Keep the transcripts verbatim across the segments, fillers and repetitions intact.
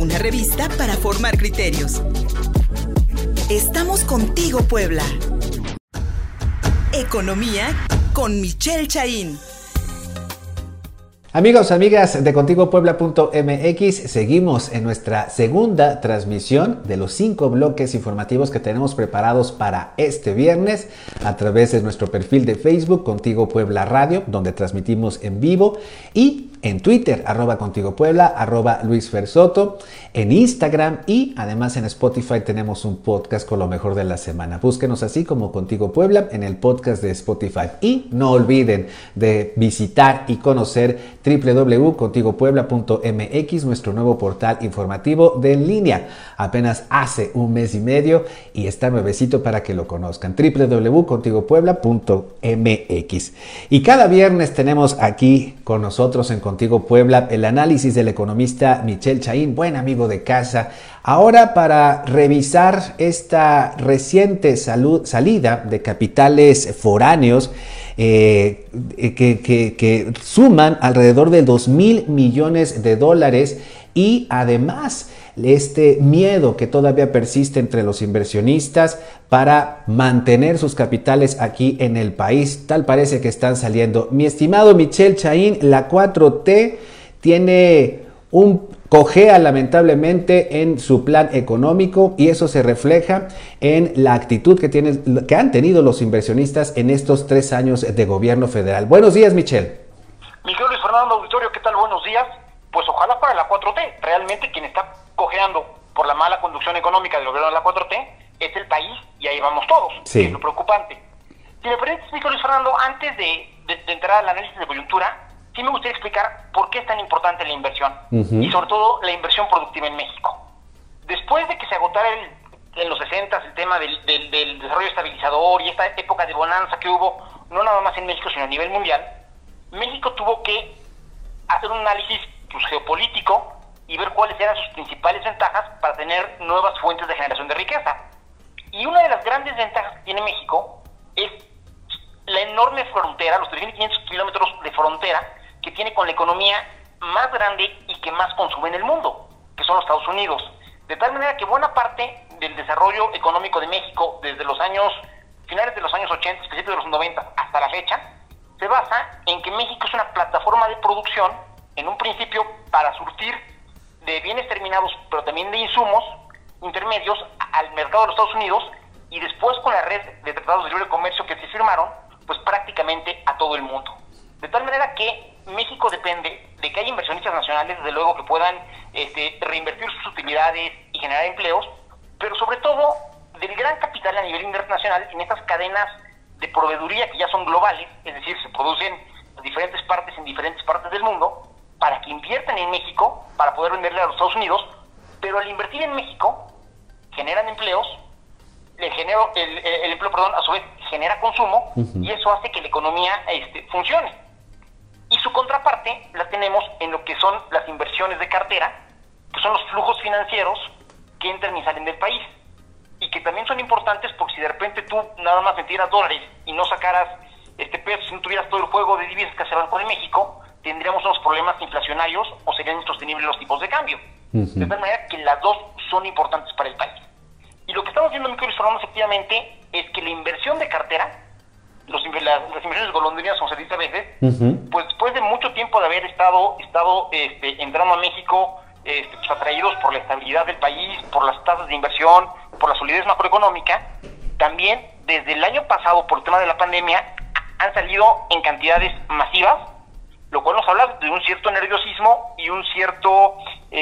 una revista para formar criterios. Estamos contigo, Puebla. Economía con Michelle Chaín. Amigos, amigas de contigo puebla punto m x, seguimos en nuestra segunda transmisión de los cinco bloques informativos que tenemos preparados para este viernes a través de nuestro perfil de Facebook Contigo Puebla Radio, donde transmitimos en vivo, y en Twitter, arroba Contigo Puebla, arroba Luis Fer Soto, en Instagram y además en Spotify tenemos un podcast con lo mejor de la semana. Búsquenos así como Contigo Puebla en el podcast de Spotify. Y no olviden de visitar y conocer doble u doble u doble u punto contigo puebla punto m x, nuestro nuevo portal informativo de en línea. Apenas hace un mes y medio y está nuevecito para que lo conozcan. doble u doble u doble u punto contigo puebla punto m x. Y cada viernes tenemos aquí con nosotros en Contigo Puebla el análisis del economista Michelle Chaín, buen amigo de casa. Ahora para revisar esta reciente salud, salida de capitales foráneos eh, que, que, que suman alrededor de dos mil millones de dólares y además este miedo que todavía persiste entre los inversionistas para mantener sus capitales aquí en el país. Tal parece que están saliendo. Mi estimado Michelle Chaín, la cuatro T tiene un cojea lamentablemente en su plan económico y eso se refleja en la actitud que, tienen, que han tenido los inversionistas en estos tres años de gobierno federal. Buenos días, Michelle. Miguel Luis Fernando Auditorio, ¿qué tal? Buenos días. Pues ojalá para la cuatro T. Realmente quien está cojeando por la mala conducción económica del gobierno de la cuatro T es el país y ahí vamos todos. Sí. Es lo preocupante. Si me permites, Miguel Luis Fernando, antes de, de, de entrar al análisis de coyuntura, sí me gustaría explicar por qué es tan importante la inversión uh-huh. y sobre todo la inversión productiva en México. Después de que se agotara el, en los sesentas el tema del, del, del desarrollo estabilizador y esta época de bonanza que hubo, no nada más en México sino a nivel mundial, México tuvo que hacer un análisis pues, geopolítico y ver cuáles eran sus principales ventajas para tener nuevas fuentes de generación de riqueza. Y una de las grandes ventajas que tiene México es la enorme frontera, los tres mil quinientos kilómetros de frontera que tiene con la economía más grande y que más consume en el mundo, que son los Estados Unidos. De tal manera que buena parte del desarrollo económico de México desde los años, finales de los años ochenta, principios de los noventa hasta la fecha, se basa en que México es una plataforma de producción, en un principio para surtir de bienes terminados, pero también de insumos intermedios al mercado de los Estados Unidos y después con la red de tratados de libre comercio que se firmaron, pues prácticamente a todo el mundo. De tal manera que México depende de que haya inversionistas nacionales, desde luego, que puedan este, reinvertir sus utilidades y generar empleos, pero sobre todo del gran capital a nivel internacional en estas cadenas de proveeduría que ya son globales, es decir, se producen en diferentes partes en diferentes partes del mundo, para que inviertan en México, para poder venderle a los Estados Unidos, pero al invertir en México, generan empleos, el, genero, el, el, el empleo, perdón, a su vez genera consumo, uh-huh. y eso hace que la economía este, funcione. Y su contraparte la tenemos en lo que son las inversiones de cartera, que son los flujos financieros que entran y salen del país, y que también son importantes porque si de repente tú nada más metieras dólares y no sacaras este pesos, si no tuvieras todo el juego de divisas que hace el Banco de México, tendríamos unos problemas inflacionarios o serían insostenibles los tipos de cambio. Uh-huh. De tal manera que las dos son importantes para el país. Y lo que estamos viendo, Miguel Luis Fernando, efectivamente, es que la inversión de cartera, los, las, las inversiones golondrinas, como se dice a veces, uh-huh. pues después de mucho tiempo de haber estado, estado este, entrando a México, este, pues, atraídos por la estabilidad del país, por las tasas de inversión, por la solidez macroeconómica, también desde el año pasado, por el tema de la pandemia, han salido en cantidades masivas, lo cual nos habla de un cierto nerviosismo y un cierto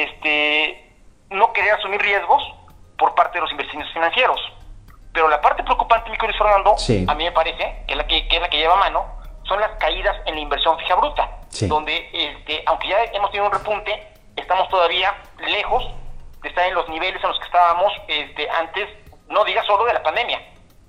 este no querer asumir riesgos por parte de los inversionistas financieros. Pero la parte preocupante, mi querido Fernando, sí. a mí me parece, que es la que, que es la que lleva a mano, son las caídas en la inversión fija bruta, sí. donde, este, aunque ya hemos tenido un repunte, estamos todavía lejos de estar en los niveles en los que estábamos este, antes, no diga solo de la pandemia,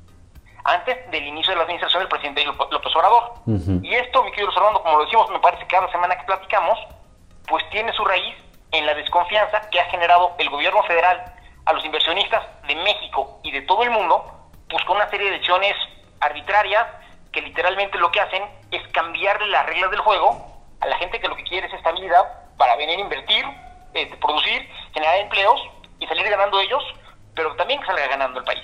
antes del inicio de la administración del presidente López Obrador. Uh-huh. Y esto, mi querido Fernando, como lo decimos, me parece que cada semana que platicamos, pues tiene su raíz en la desconfianza que ha generado el gobierno federal a los inversionistas de México y de todo el mundo, pues con una serie de decisiones arbitrarias que literalmente lo que hacen es cambiarle las reglas del juego a la gente que lo que quiere es estabilidad para venir a invertir, eh, producir generar empleos y salir ganando ellos, pero también que salga ganando el país.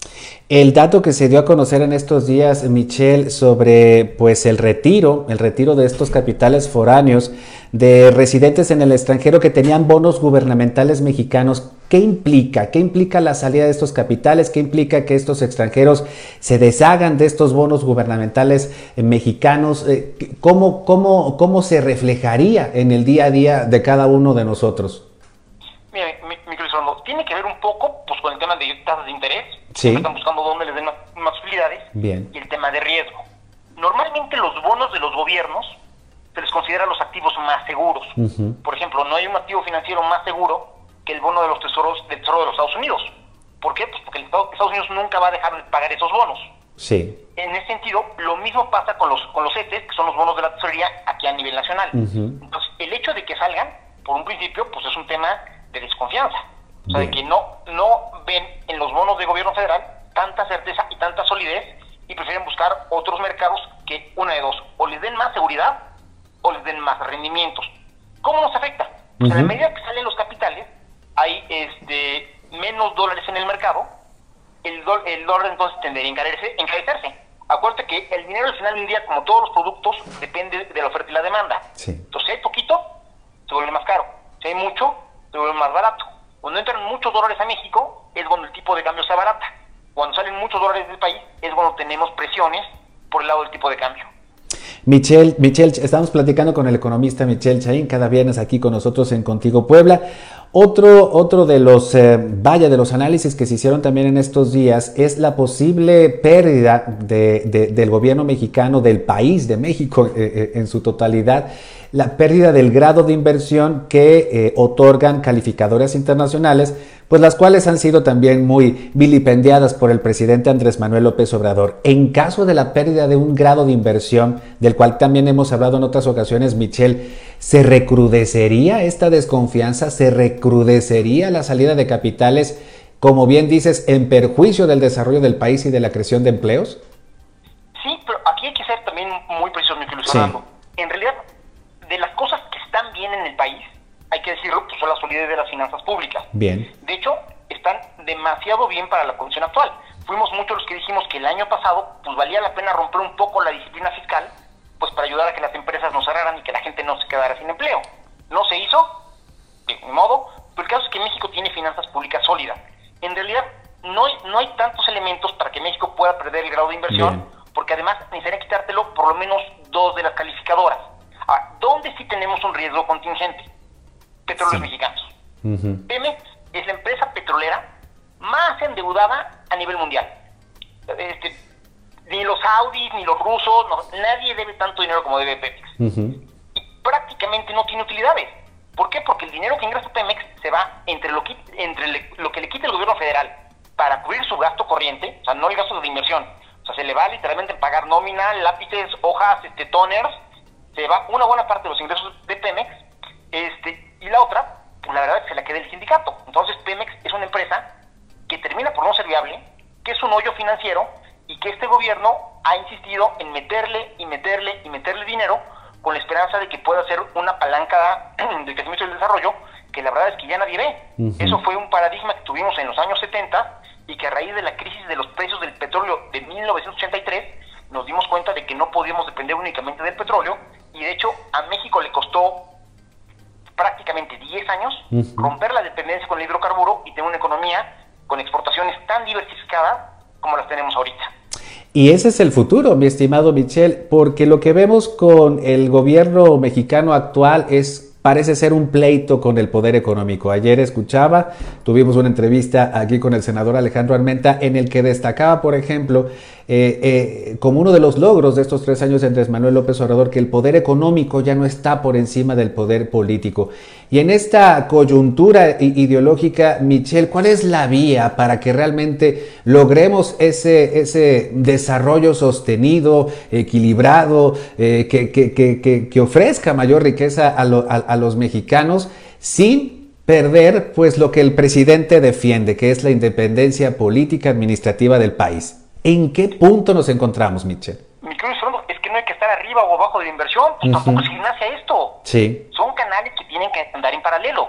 El dato que se dio a conocer en estos días, Michel, sobre pues el retiro, el retiro de estos capitales foráneos de residentes en el extranjero que tenían bonos gubernamentales mexicanos, ¿qué implica? ¿Qué implica la salida de estos capitales? ¿Qué implica que estos extranjeros se deshagan de estos bonos gubernamentales eh, mexicanos? Eh, ¿cómo, cómo, ¿Cómo se reflejaría en el día a día de cada uno de nosotros? Mira, mi, mi querido Fernando, tiene que ver un poco pues con el tema de tasas de interés. Sí. Están buscando dónde les den más, más utilidades. Bien. Y el tema de riesgo. Normalmente los bonos de los gobiernos se les considera los activos más seguros. Uh-huh. Por ejemplo, no hay un activo financiero más seguro que el bono de los tesoros del Tesoro de los Estados Unidos. ¿Por qué? Pues porque el Estado, Estados Unidos nunca va a dejar de pagar esos bonos. Sí. En ese sentido, lo mismo pasa con los con los CETES, que son los bonos de la tesorería aquí a nivel nacional. Uh-huh. Entonces, el hecho de que salgan, por un principio, pues es un tema de desconfianza. O sea, Bien. de que no, no ven en los bonos de gobierno federal tanta certeza y tanta solidez y prefieren buscar otros mercados que, una de dos, o les den más seguridad o les den más rendimientos. ¿Cómo nos afecta? Pues uh-huh. En la medida que salen los capitales, hay este menos dólares en el mercado, el, do, el dólar entonces tendería a encarecerse, encarecerse. Acuérdate que el dinero al final del día, como todos los productos, depende de la oferta y la demanda. Sí. Entonces, si hay poquito, se vuelve más caro. Si hay mucho, se vuelve más barato. Cuando entran muchos dólares a México, es cuando el tipo de cambio se abarata. Cuando salen muchos dólares del país, es cuando tenemos presiones por el lado del tipo de cambio. Michel, Michel, estamos platicando con el economista Michel Chaín, cada viernes aquí con nosotros en Contigo Puebla. Otro, otro de los, eh, vaya, de los análisis que se hicieron también en estos días es la posible pérdida de, de, del gobierno mexicano, del país de México eh, eh, en su totalidad, la pérdida del grado de inversión que eh, otorgan calificadoras internacionales, pues las cuales han sido también muy vilipendiadas por el presidente Andrés Manuel López Obrador. En caso de la pérdida de un grado de inversión, del cual también hemos hablado en otras ocasiones, Michel, ¿se recrudecería esta desconfianza? ¿Se recrudecería la salida de capitales, como bien dices, en perjuicio del desarrollo del país y de la creación de empleos? Sí, pero aquí hay que ser también muy preciso, mi querido Fernando. Sí. En realidad, de las cosas que están bien en el país, hay que decirlo, pues son la solidez de las finanzas públicas. Bien. De hecho, están demasiado bien para la condición actual. Fuimos muchos los que dijimos que el año pasado, pues valía la pena romper un poco la disciplina fiscal, pues para ayudar a que las empresas no cerraran y que la gente no se quedara sin empleo. No se hizo, de ningún modo, pero el caso es que México tiene finanzas públicas sólidas. En realidad, no hay, no hay tantos elementos para que México pueda perder el grado de inversión, bien, porque además necesitaría quitártelo por lo menos dos de las calificadoras. Ahora, ¿dónde sí tenemos un riesgo contingente? Petróleos sí. mexicanos. Uh-huh. Pemex es la empresa petrolera más endeudada a nivel mundial. Este, ni los saudis, ni los rusos, no, nadie debe tanto dinero como debe Pemex. Uh-huh. Y prácticamente no tiene utilidades. ¿Por qué? Porque el dinero que ingresa Pemex se va entre lo que, entre le, lo que le quita el gobierno federal para cubrir su gasto corriente, o sea, no el gasto de inversión. O sea, se le va literalmente en pagar nómina, lápices, hojas, este, toners, se va una buena parte de los ingresos de Pemex, este, y la otra, pues la verdad es que se la queda el sindicato. Entonces Pemex es una empresa que termina por no ser viable, que es un hoyo financiero y que este gobierno ha insistido en meterle y meterle y meterle dinero con la esperanza de que pueda ser una palanca de crecimiento y del desarrollo que la verdad es que ya nadie ve. Uh-huh. Eso fue un paradigma que tuvimos en los años setenta y que a raíz de la crisis de los precios del petróleo de mil novecientos ochenta y tres nos dimos cuenta de que no podíamos depender únicamente del petróleo y de hecho a México le costó prácticamente diez años uh-huh. romper la dependencia con el hidrocarburo y tener una economía con exportaciones tan diversificadas como las tenemos ahorita. Y ese es el futuro, mi estimado Michel, porque lo que vemos con el gobierno mexicano actual es parece ser un pleito con el poder económico. Ayer escuchaba, tuvimos una entrevista aquí con el senador Alejandro Armenta en el que destacaba, por ejemplo, eh, eh, como uno de los logros de estos tres años de Andrés Manuel López Obrador, que el poder económico ya no está por encima del poder político. Y en esta coyuntura ideológica, Michel, ¿cuál es la vía para que realmente logremos ese, ese desarrollo sostenido, equilibrado, eh, que, que, que, que, que ofrezca mayor riqueza a, lo, a, a los mexicanos sin perder pues lo que el presidente defiende, que es la independencia política administrativa del país? ¿En qué punto nos encontramos, Michel? Mi querido Fernando, es que no hay que estar arriba o abajo de la inversión, pues uh-huh. tampoco es gimnasia esto. Sí. Son canales que tienen que andar en paralelo.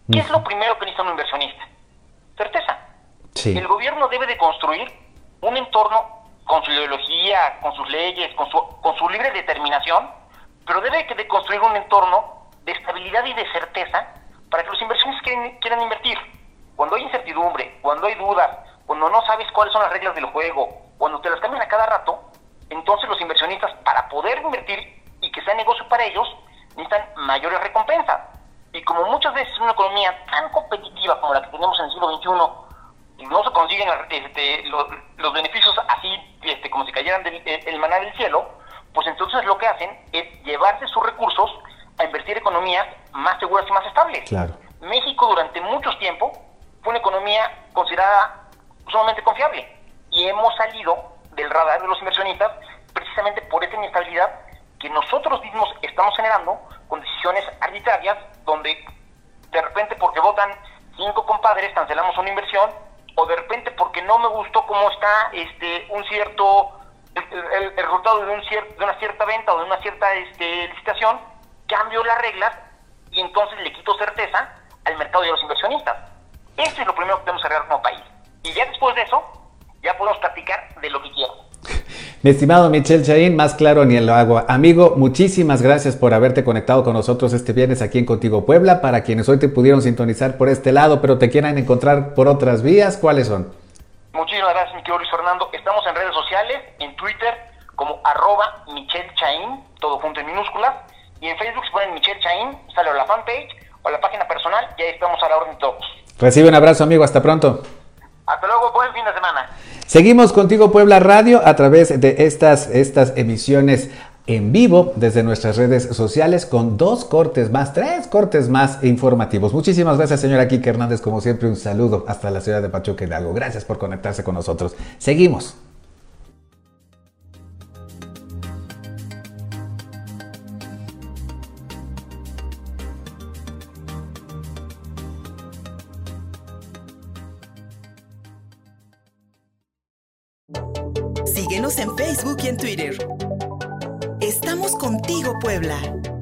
¿Qué es lo primero que necesita un inversionista? Certeza. Sí. El gobierno debe de construir un entorno con su ideología, con sus leyes, con su, con su libre determinación, pero debe de construir un entorno de estabilidad y de certeza para que los inversionistas quieran, quieran invertir. Cuando hay incertidumbre, cuando hay dudas, cuando no sabes cuáles son las reglas del juego, cuando te las cambian a cada rato, entonces los inversionistas, para poder invertir y que sea negocio para ellos, necesitan mayores recompensas. Y como muchas veces en una economía tan competitiva como la que tenemos en el siglo veintiuno, no se consiguen este, los, los beneficios así este, como si cayeran del, el maná del cielo, pues entonces lo que hacen es llevarse sus recursos a invertir en economías más seguras y más estables. Claro. México durante mucho tiempo fue una economía considerada sumamente confiable y hemos salido del radar de los inversionistas precisamente por esta inestabilidad que nosotros mismos estamos generando con decisiones arbitrarias donde de repente porque votan cinco compadres cancelamos una inversión, o de repente porque no me gustó cómo está este un cierto el, el, el resultado de un cier, de una cierta venta o de una cierta este, licitación, cambio las reglas y entonces le quito certeza al mercado y a los inversionistas. Eso es lo primero que tenemos que arreglar como país. Y ya después de eso, ya podemos platicar de lo que quieran. Mi estimado Michel Chaín, más claro ni en lo hago. Amigo, muchísimas gracias por haberte conectado con nosotros este viernes aquí en Contigo Puebla. Para quienes hoy te pudieron sintonizar por este lado, pero te quieran encontrar por otras vías, ¿cuáles son? Muchísimas gracias, mi querido Luis Fernando. Estamos en redes sociales, en Twitter, como arroba Michel Chaín, todo junto en minúsculas. Y en Facebook, si ponen Michel Chaín, sale la fanpage o la página personal, y ahí estamos a la orden de todos. Recibe un abrazo, amigo. Hasta pronto. Hasta luego, buen fin de semana. Seguimos Contigo Puebla Radio a través de estas, estas emisiones en vivo desde nuestras redes sociales con dos cortes más, tres cortes más informativos. Muchísimas gracias, señora Kike Hernández. Como siempre, un saludo hasta la ciudad de Pachuca Hidalgo. Gracias por conectarse con nosotros. Seguimos. Síguenos en Facebook y en Twitter. Estamos contigo, Puebla.